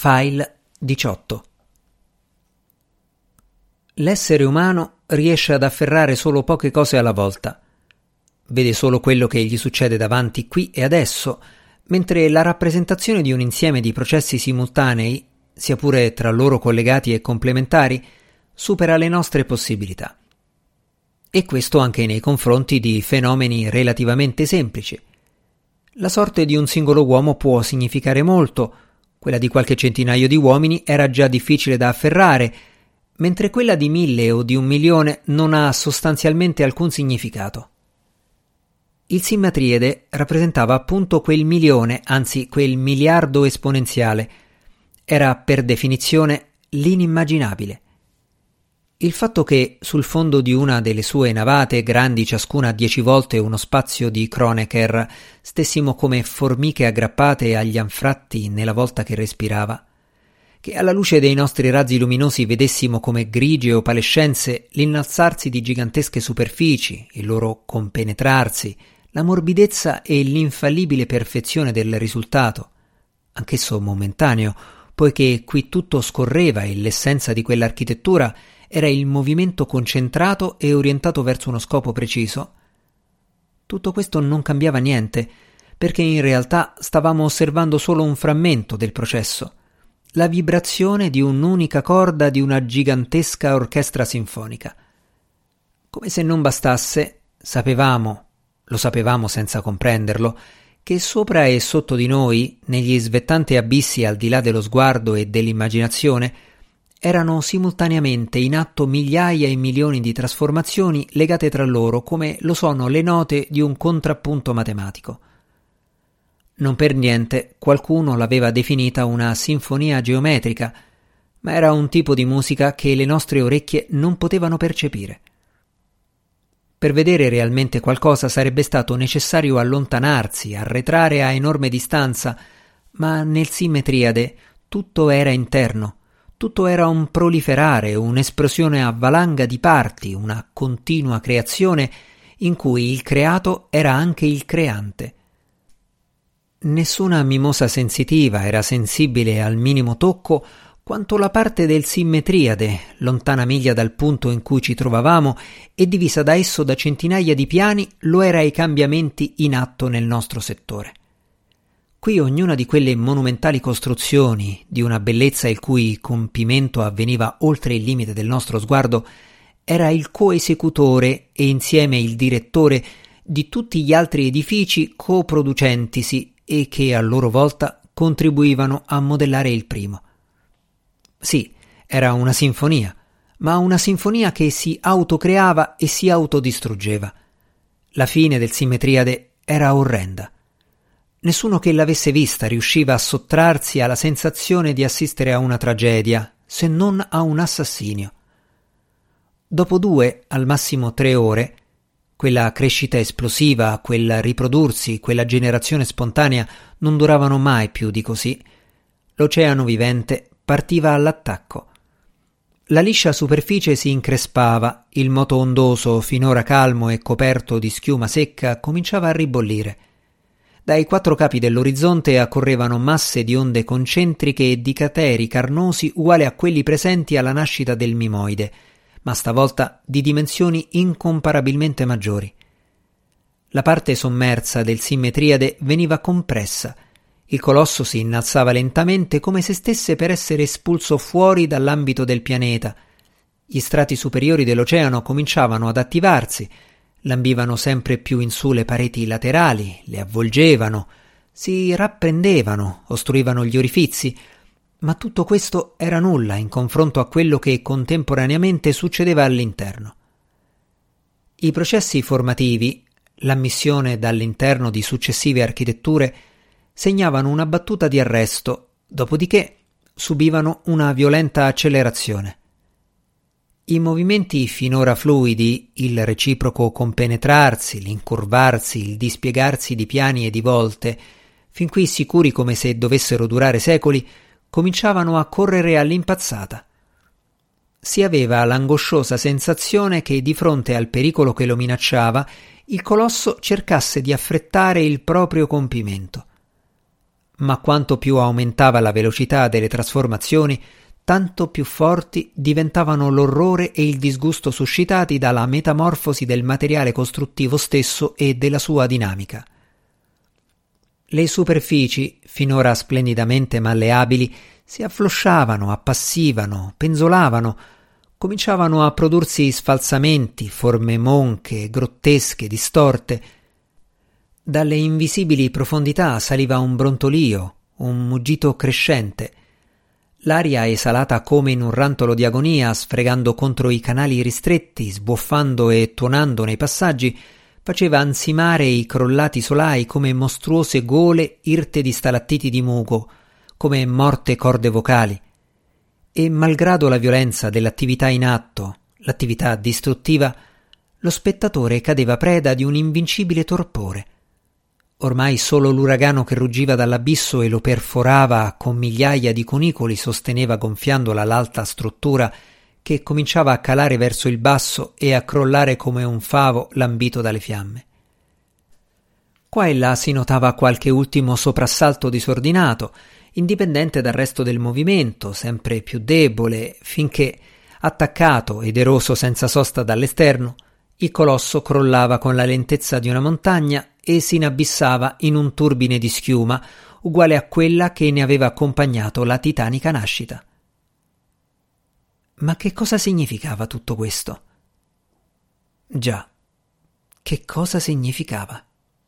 File 18. L'essere umano riesce ad afferrare solo poche cose alla volta. Vede solo quello che gli succede davanti qui e adesso, mentre la rappresentazione di un insieme di processi simultanei, sia pure tra loro collegati e complementari, supera le nostre possibilità. E questo anche nei confronti di fenomeni relativamente semplici. La sorte di un singolo uomo può significare molto, quella di qualche centinaio di uomini era già difficile da afferrare, mentre quella di 1000 o di 1.000.000 non ha sostanzialmente alcun significato. Il simmatriade rappresentava appunto quel milione, anzi quel miliardo esponenziale. Era per definizione l'inimmaginabile. Il fatto che sul fondo di una delle sue navate, grandi ciascuna 10 volte uno spazio di Kronecker, stessimo come formiche aggrappate agli anfratti nella volta che respirava, che alla luce dei nostri razzi luminosi vedessimo come grigie opalescenze l'innalzarsi di gigantesche superfici, il loro compenetrarsi, la morbidezza e l'infallibile perfezione del risultato, anch'esso momentaneo, poiché qui tutto scorreva e l'essenza di quell'architettura era il movimento concentrato e orientato verso uno scopo preciso. Tutto questo non cambiava niente, perché in realtà stavamo osservando solo un frammento del processo, la vibrazione di un'unica corda di una gigantesca orchestra sinfonica. Come se non bastasse, lo sapevamo senza comprenderlo, che sopra e sotto di noi, negli svettanti abissi al di là dello sguardo e dell'immaginazione, erano simultaneamente in atto migliaia e milioni di trasformazioni legate tra loro come lo sono le note di un contrappunto matematico. Non per niente qualcuno l'aveva definita una sinfonia geometrica, ma era un tipo di musica che le nostre orecchie non potevano percepire. Per vedere realmente qualcosa sarebbe stato necessario allontanarsi, arretrare a enorme distanza, ma nel simmetriade tutto era interno. Tutto era un proliferare, un'esplosione a valanga di parti, una continua creazione in cui il creato era anche il creante. Nessuna mimosa sensitiva era sensibile al minimo tocco quanto la parte del simmetriade, lontana miglia dal punto in cui ci trovavamo e divisa da esso da centinaia di piani, lo era ai cambiamenti in atto nel nostro settore. Qui ognuna di quelle monumentali costruzioni, di una bellezza il cui compimento avveniva oltre il limite del nostro sguardo, era il coesecutore e insieme il direttore di tutti gli altri edifici coproducentisi e che a loro volta contribuivano a modellare il primo. Sì, era una sinfonia, ma una sinfonia che si autocreava e si autodistruggeva. La fine del simmetriade era orrenda. Nessuno che l'avesse vista riusciva a sottrarsi alla sensazione di assistere a una tragedia, se non a un assassinio. Dopo 2, al massimo 3 ore, quella crescita esplosiva, quel riprodursi, quella generazione spontanea non duravano mai più di così. L'oceano vivente partiva all'attacco. La liscia superficie si increspava, il moto ondoso, finora calmo e coperto di schiuma secca, cominciava a ribollire. Dai 4 capi dell'orizzonte accorrevano masse di onde concentriche e di crateri carnosi uguali a quelli presenti alla nascita del Mimoide, ma stavolta di dimensioni incomparabilmente maggiori. La parte sommersa del simmetriade veniva compressa. Il colosso si innalzava lentamente come se stesse per essere espulso fuori dall'ambito del pianeta. Gli strati superiori dell'oceano cominciavano ad attivarsi, lambivano sempre più in su le pareti laterali, le avvolgevano, si rapprendevano, ostruivano gli orifizi, ma tutto questo era nulla in confronto a quello che contemporaneamente succedeva all'interno. I processi formativi, l'ammissione dall'interno di successive architetture, segnavano una battuta di arresto, dopodiché subivano una violenta accelerazione. I movimenti finora fluidi, il reciproco compenetrarsi, l'incurvarsi, il dispiegarsi di piani e di volte, fin qui sicuri come se dovessero durare secoli, cominciavano a correre all'impazzata. Si aveva l'angosciosa sensazione che di fronte al pericolo che lo minacciava, il colosso cercasse di affrettare il proprio compimento. ma quanto più aumentava la velocità delle trasformazioni, tanto più forti diventavano l'orrore e il disgusto suscitati dalla metamorfosi del materiale costruttivo stesso e della sua dinamica. Le superfici, finora splendidamente malleabili, si afflosciavano, appassivano, penzolavano, cominciavano a prodursi sfalsamenti, forme monche, grottesche, distorte. Dalle invisibili profondità saliva un brontolio, un muggito crescente. L'aria esalata come in un rantolo di agonia, sfregando contro i canali ristretti, sbuffando e tuonando nei passaggi, faceva ansimare i crollati solai come mostruose gole irte di stalattiti di muco, come morte corde vocali. E malgrado la violenza dell'attività in atto, l'attività distruttiva, lo spettatore cadeva preda di un invincibile torpore. Ormai solo l'uragano che ruggiva dall'abisso e lo perforava con migliaia di cunicoli sosteneva gonfiandola l'alta struttura che cominciava a calare verso il basso e a crollare come un favo lambito dalle fiamme. Qua e là si notava qualche ultimo soprassalto disordinato, indipendente dal resto del movimento, sempre più debole, finché, attaccato ed eroso senza sosta dall'esterno, il colosso crollava con la lentezza di una montagna e si inabissava in un turbine di schiuma uguale a quella che ne aveva accompagnato la titanica nascita. Ma che cosa significava tutto questo? Già, che cosa significava?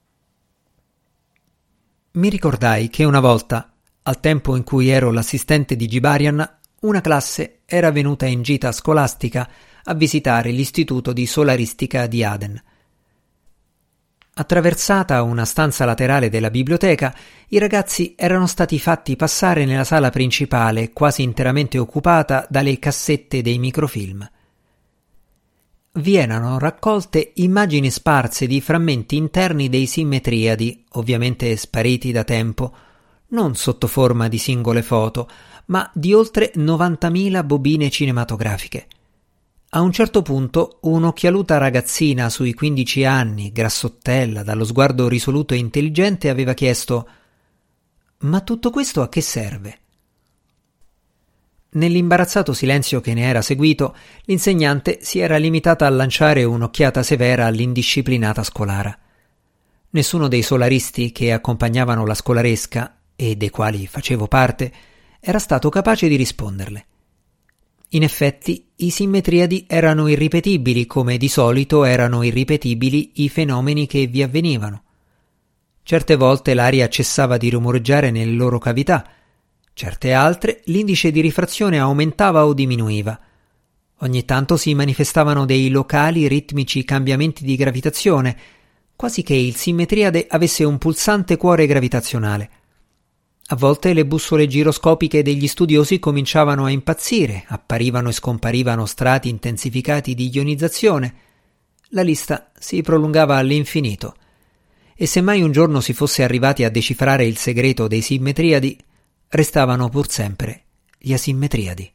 Mi ricordai che una volta, al tempo in cui ero l'assistente di Gibarian, una classe era venuta in gita scolastica a visitare l'istituto di solaristica di Aden. Attraversata una stanza laterale della biblioteca, i ragazzi erano stati fatti passare nella sala principale, quasi interamente occupata dalle cassette dei microfilm. Vi erano raccolte immagini sparse di frammenti interni dei simmetriadi, ovviamente spariti da tempo, non sotto forma di singole foto, ma di oltre 90.000 bobine cinematografiche. A un certo punto un'occhialuta ragazzina sui 15 anni, grassottella, dallo sguardo risoluto e intelligente, aveva chiesto: «Ma tutto questo a che serve?» Nell'imbarazzato silenzio che ne era seguito, l'insegnante si era limitata a lanciare un'occhiata severa all'indisciplinata scolara. Nessuno dei solaristi che accompagnavano la scolaresca, e dei quali facevo parte, era stato capace di risponderle. In effetti, i simmetriadi erano irripetibili, come di solito erano irripetibili i fenomeni che vi avvenivano. Certe volte l'aria cessava di rumoreggiare nelle loro cavità, certe altre l'indice di rifrazione aumentava o diminuiva. Ogni tanto si manifestavano dei locali ritmici cambiamenti di gravitazione, quasi che il simmetriade avesse un pulsante cuore gravitazionale. A volte le bussole giroscopiche degli studiosi cominciavano a impazzire, apparivano e scomparivano strati intensificati di ionizzazione. La lista si prolungava all'infinito. E se mai un giorno si fosse arrivati a decifrare il segreto dei simmetriadi, restavano pur sempre gli asimmetriadi.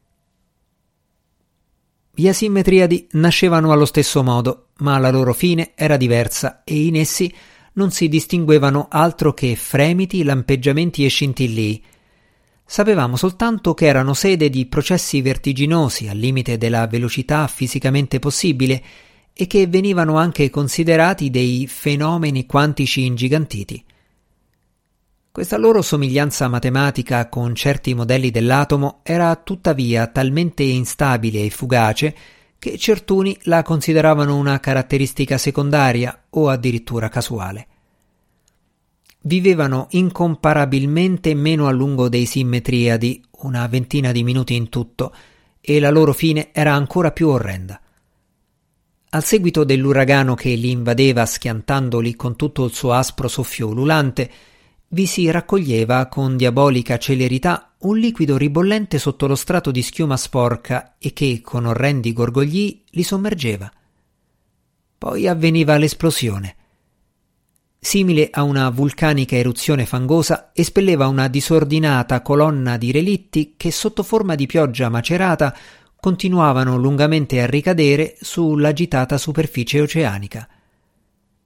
Gli asimmetriadi nascevano allo stesso modo, ma la loro fine era diversa e in essi non si distinguevano altro che fremiti, lampeggiamenti e scintillii. Sapevamo soltanto che erano sede di processi vertiginosi al limite della velocità fisicamente possibile e che venivano anche considerati dei fenomeni quantici ingigantiti. Questa loro somiglianza matematica con certi modelli dell'atomo era tuttavia talmente instabile e fugace che certuni la consideravano una caratteristica secondaria o addirittura casuale. Vivevano incomparabilmente meno a lungo dei simmetriadi, una ventina di minuti in tutto, e la loro fine era ancora più orrenda. Al seguito dell'uragano che li invadeva schiantandoli con tutto il suo aspro soffio ululante, vi si raccoglieva con diabolica celerità un liquido ribollente sotto lo strato di schiuma sporca e che, con orrendi gorgogli, li sommergeva. Poi avveniva l'esplosione. Simile a una vulcanica eruzione fangosa, espelleva una disordinata colonna di relitti che, sotto forma di pioggia macerata, continuavano lungamente a ricadere sull'agitata superficie oceanica.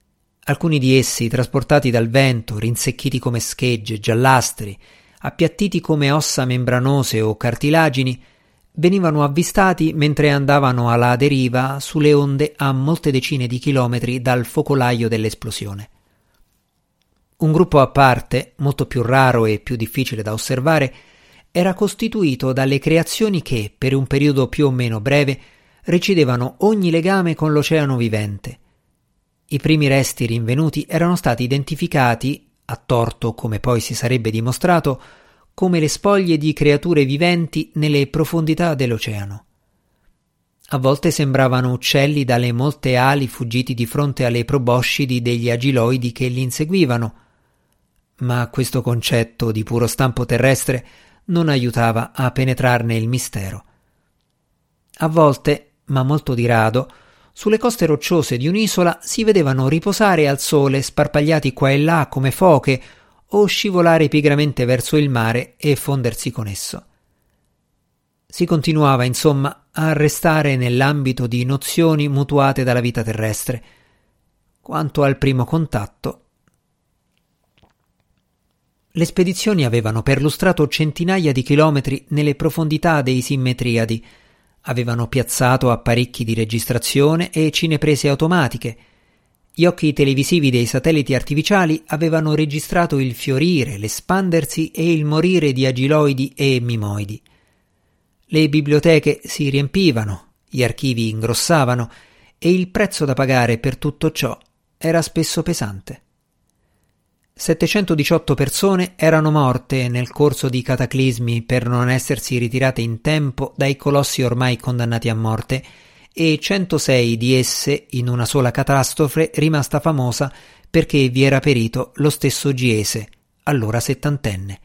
Alcuni di essi, trasportati dal vento, rinsecchiti come schegge, giallastri, appiattiti come ossa membranose o cartilagini, venivano avvistati mentre andavano alla deriva sulle onde a molte decine di chilometri dal focolaio dell'esplosione. Un gruppo a parte, molto più raro e più difficile da osservare, era costituito dalle creazioni che, per un periodo più o meno breve, recidevano ogni legame con l'oceano vivente. I primi resti rinvenuti erano stati identificati, a torto come poi si sarebbe dimostrato, come le spoglie di creature viventi nelle profondità dell'oceano. A volte sembravano uccelli dalle molte ali fuggiti di fronte alle proboscidi degli agiloidi che li inseguivano, ma questo concetto di puro stampo terrestre non aiutava a penetrarne il mistero. A volte, ma molto di rado, sulle coste rocciose di un'isola si vedevano riposare al sole sparpagliati qua e là come foche o scivolare pigramente verso il mare e fondersi con esso. Si continuava, insomma, a restare nell'ambito di nozioni mutuate dalla vita terrestre. Quanto al primo contatto, le spedizioni avevano perlustrato centinaia di chilometri nelle profondità dei simmetriadi, avevano piazzato apparecchi di registrazione e cineprese automatiche. Gli occhi televisivi dei satelliti artificiali avevano registrato il fiorire, l'espandersi e il morire di agiloidi e mimoidi. Le biblioteche si riempivano, gli archivi ingrossavano e il prezzo da pagare per tutto ciò era spesso pesante. 718 persone erano morte nel corso di cataclismi per non essersi ritirate in tempo dai colossi ormai condannati a morte e 106 di esse in una sola catastrofe rimasta famosa perché vi era perito lo stesso Giese, allora settantenne.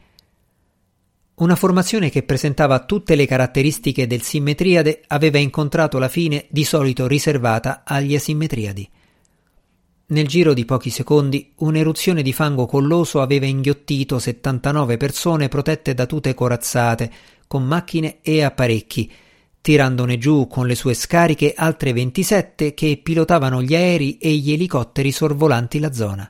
Una formazione che presentava tutte le caratteristiche del simmetriade aveva incontrato la fine di solito riservata agli asimmetriadi. Nel giro di pochi secondi un'eruzione di fango colloso aveva inghiottito 79 persone protette da tute corazzate, con macchine e apparecchi, tirandone giù con le sue scariche altre 27 che pilotavano gli aerei e gli elicotteri sorvolanti la zona.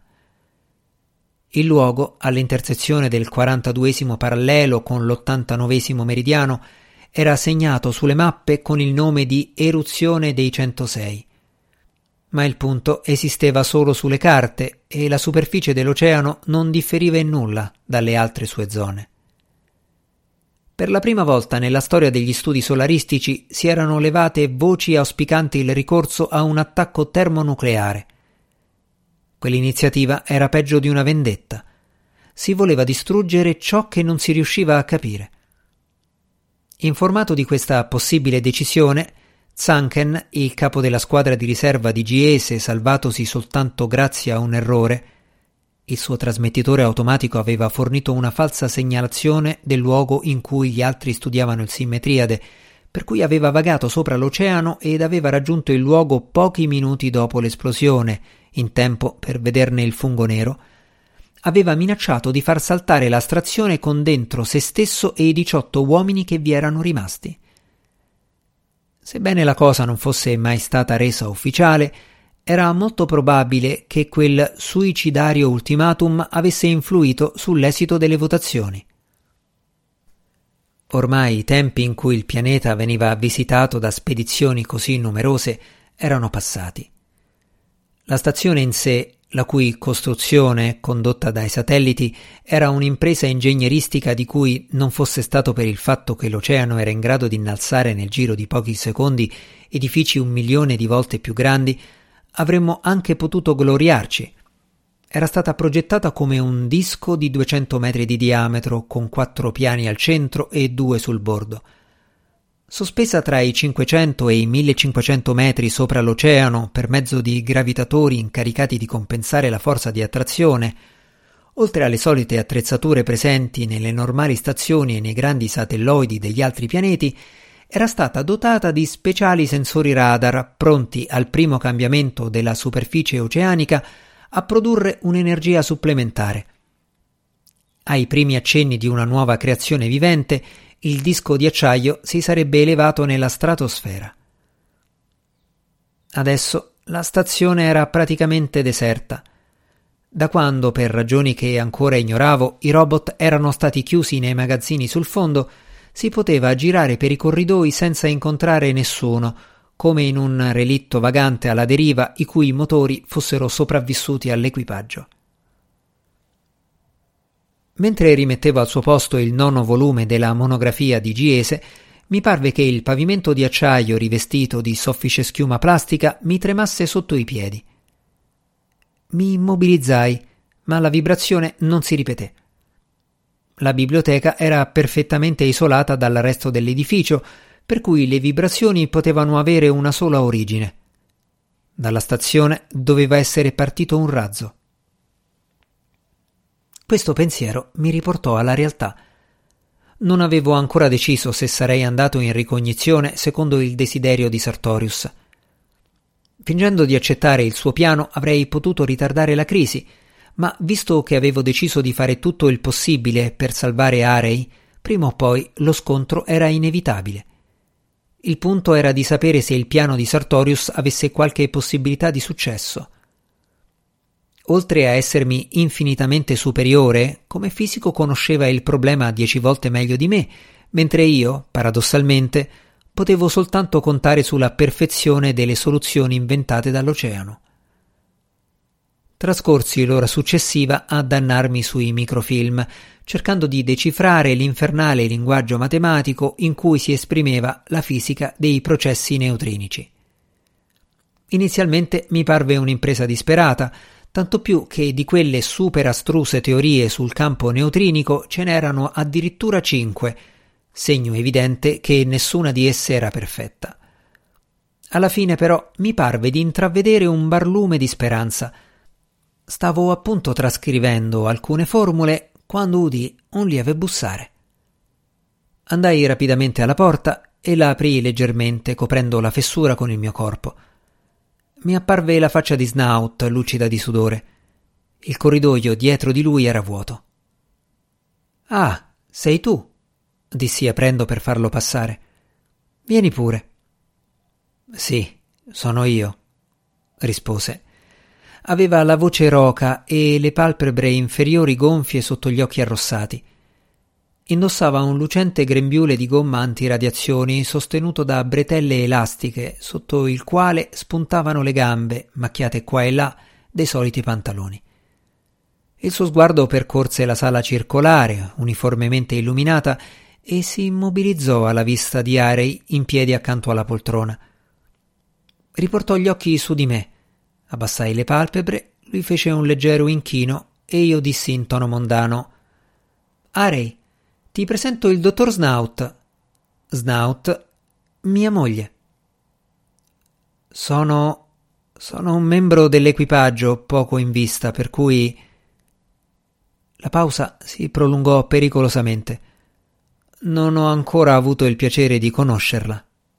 Il luogo, all'intersezione del 42esimo parallelo con l'89esimo meridiano, era segnato sulle mappe con il nome di Eruzione dei 106. Ma il punto esisteva solo sulle carte e la superficie dell'oceano non differiva in nulla dalle altre sue zone. Per la prima volta nella storia degli studi solaristici si erano levate voci auspicanti il ricorso a un attacco termonucleare. Quell'iniziativa era peggio di una vendetta. Si voleva distruggere ciò che non si riusciva a capire. Informato di questa possibile decisione, Zanken, il capo della squadra di riserva di Giese, salvatosi soltanto grazie a un errore, il suo trasmettitore automatico aveva fornito una falsa segnalazione del luogo in cui gli altri studiavano il simmetriade, per cui aveva vagato sopra l'oceano ed aveva raggiunto il luogo pochi minuti dopo l'esplosione, in tempo per vederne il fungo nero. Aveva minacciato di far saltare la stazione con dentro se stesso e i 18 uomini che vi erano rimasti. Sebbene la cosa non fosse mai stata resa ufficiale, era molto probabile che quel suicidario ultimatum avesse influito sull'esito delle votazioni. Ormai i tempi in cui il pianeta veniva visitato da spedizioni così numerose erano passati. La stazione in sé, la cui costruzione, condotta dai satelliti, era un'impresa ingegneristica di cui, non fosse stato per il fatto che l'oceano era in grado di innalzare nel giro di pochi secondi edifici 1 milione di volte più grandi, avremmo anche potuto gloriarci. Era stata progettata come un disco di 200 metri di diametro, con 4 piani al centro e 2 sul bordo. Sospesa tra i 500 e i 1500 metri sopra l'oceano per mezzo di gravitatori incaricati di compensare la forza di attrazione, oltre alle solite attrezzature presenti nelle normali stazioni e nei grandi satelloidi degli altri pianeti, era stata dotata di speciali sensori radar pronti al primo cambiamento della superficie oceanica a produrre un'energia supplementare. Ai primi accenni di una nuova creazione vivente, il disco di acciaio si sarebbe elevato nella stratosfera. Adesso la stazione era praticamente deserta. Da quando, per ragioni che ancora ignoravo, i robot erano stati chiusi nei magazzini sul fondo, si poteva girare per i corridoi senza incontrare nessuno, come in un relitto vagante alla deriva i cui motori fossero sopravvissuti all'equipaggio. Mentre rimettevo al suo posto il 9° volume della monografia di Giese, mi parve che il pavimento di acciaio rivestito di soffice schiuma plastica mi tremasse sotto i piedi. Mi immobilizzai, ma la vibrazione non si ripeté. La biblioteca era perfettamente isolata dal resto dell'edificio, per cui le vibrazioni potevano avere una sola origine. Dalla stazione doveva essere partito un razzo. Questo pensiero mi riportò alla realtà. Non avevo ancora deciso se sarei andato in ricognizione secondo il desiderio di Sartorius. Fingendo di accettare il suo piano avrei potuto ritardare la crisi, ma visto che avevo deciso di fare tutto il possibile per salvare Arey, prima o poi lo scontro era inevitabile. Il punto era di sapere se il piano di Sartorius avesse qualche possibilità di successo. Oltre a essermi infinitamente superiore, come fisico conosceva il problema 10 volte meglio di me, mentre io, paradossalmente, potevo soltanto contare sulla perfezione delle soluzioni inventate dall'oceano. Trascorsi l'ora successiva a dannarmi sui microfilm, cercando di decifrare l'infernale linguaggio matematico in cui si esprimeva la fisica dei processi neutrinici. Inizialmente mi parve un'impresa disperata, tanto più che di quelle super astruse teorie sul campo neutrinico ce n'erano addirittura 5, segno evidente che nessuna di esse era perfetta. Alla fine però mi parve di intravedere un barlume di speranza. Stavo appunto trascrivendo alcune formule quando udii un lieve bussare. Andai rapidamente alla porta e la aprii leggermente, coprendo la fessura con il mio corpo. Mi apparve la faccia di Snout, lucida di sudore. Il corridoio dietro di lui era vuoto. «Ah, sei tu», dissi aprendo per farlo passare. «Vieni pure». «Sì, sono io», rispose. Aveva la voce roca e le palpebre inferiori gonfie sotto gli occhi arrossati. Indossava un lucente grembiule di gomma antiradiazioni sostenuto da bretelle elastiche, sotto il quale spuntavano le gambe, macchiate qua e là, dei soliti pantaloni. Il suo sguardo percorse la sala circolare, uniformemente illuminata, e si immobilizzò alla vista di Arey in piedi accanto alla poltrona. Riportò gli occhi su di me. Abbassai le palpebre, lui fece un leggero inchino e io dissi in tono mondano: «Arey, ti presento il dottor Snout. Snout, mia moglie». Sono un membro dell'equipaggio poco in vista, per cui...» La pausa si prolungò pericolosamente. «Non ho ancora avuto il piacere di conoscerla».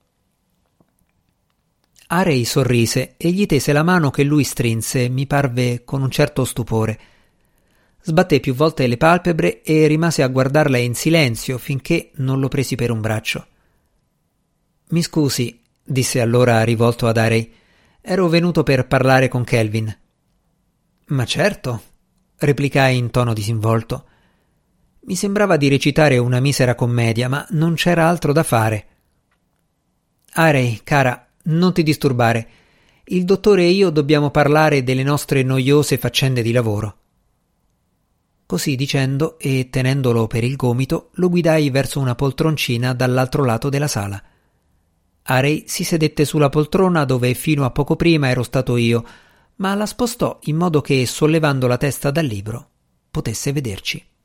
Arey sorrise e gli tese la mano che lui strinse, mi parve con un certo stupore. Sbatté più volte le palpebre e rimase a guardarla in silenzio finché non lo presi per un braccio. «Mi scusi», disse allora rivolto ad Arey, «ero venuto per parlare con Kelvin». «Ma certo», replicai in tono disinvolto. Mi sembrava di recitare una misera commedia, ma non c'era altro da fare. «Arey, cara, non ti disturbare. Il dottore e io dobbiamo parlare delle nostre noiose faccende di lavoro». Così dicendo e tenendolo per il gomito, lo guidai verso una poltroncina dall'altro lato della sala. Arey si sedette sulla poltrona dove fino a poco prima ero stato io, ma la spostò in modo che, sollevando la testa dal libro, potesse vederci.